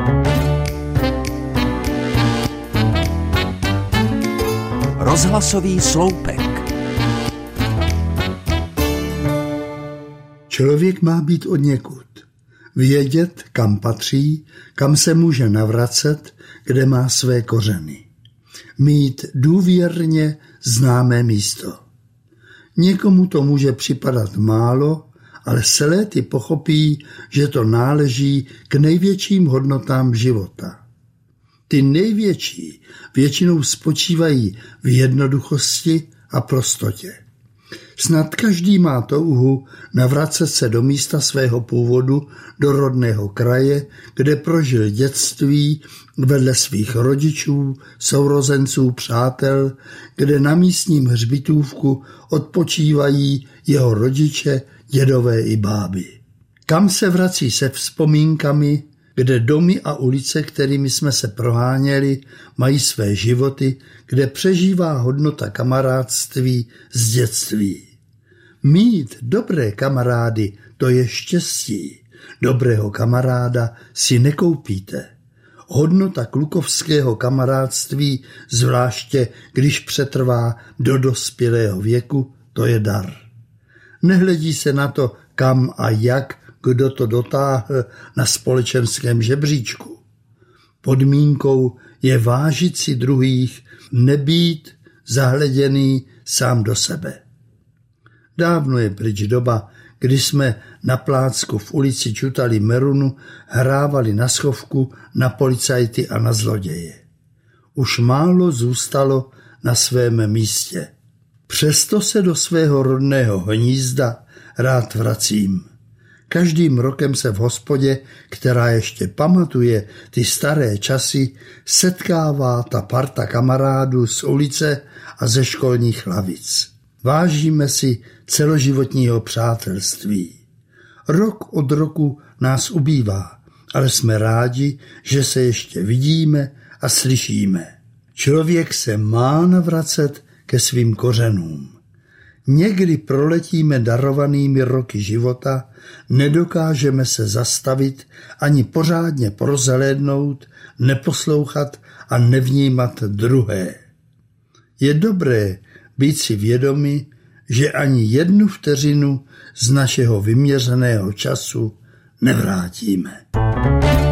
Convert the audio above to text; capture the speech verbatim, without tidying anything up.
Rozhlasový sloupek. Člověk má být odněkud. Vědět, kam patří, kam se může navracet, kde má své kořeny. Mít důvěrně známé místo. Někomu to může připadat málo, ale se léty pochopí, že to náleží k největším hodnotám života. Ty největší většinou spočívají v jednoduchosti a prostotě. Snad každý má touhu navracet se do místa svého původu, do rodného kraje, kde prožil dětství vedle svých rodičů, sourozenců, přátel, kde na místním hřbitůvku odpočívají jeho rodiče, dědové i báby. Kam se vrací se vzpomínkami, kde domy a ulice, kterými jsme se proháněli, mají své životy, kde přežívá hodnota kamarádství z dětství. Mít dobré kamarády, to je štěstí. Dobrého kamaráda si nekoupíte. Hodnota klukovského kamarádství, zvláště když přetrvá do dospělého věku, to je dar. Nehledí se na to, kam a jak kdo to dotáhl na společenském žebříčku. Podmínkou je vážit si druhých, nebýt zahleděný sám do sebe. Dávno je pryč doba, kdy jsme na plácku v ulici Čutali Merunu hrávali na schovku, na policajty a na zloděje. Už málo zůstalo na svém místě. Přesto se do svého rodného hnízda rád vracím. Každým rokem se v hospodě, která ještě pamatuje ty staré časy, setkává ta parta kamarádů z ulice a ze školních lavic. Vážíme si celoživotního přátelství. Rok od roku nás ubývá, ale jsme rádi, že se ještě vidíme a slyšíme. Člověk se má navracet ke svým kořenům. Někdy proletíme darovanými roky života, nedokážeme se zastavit ani pořádně prozhlédnout, neposlouchat a nevnímat druhé. Je dobré být si vědomi, že ani jednu vteřinu z našeho vyměřeného času nevrátíme.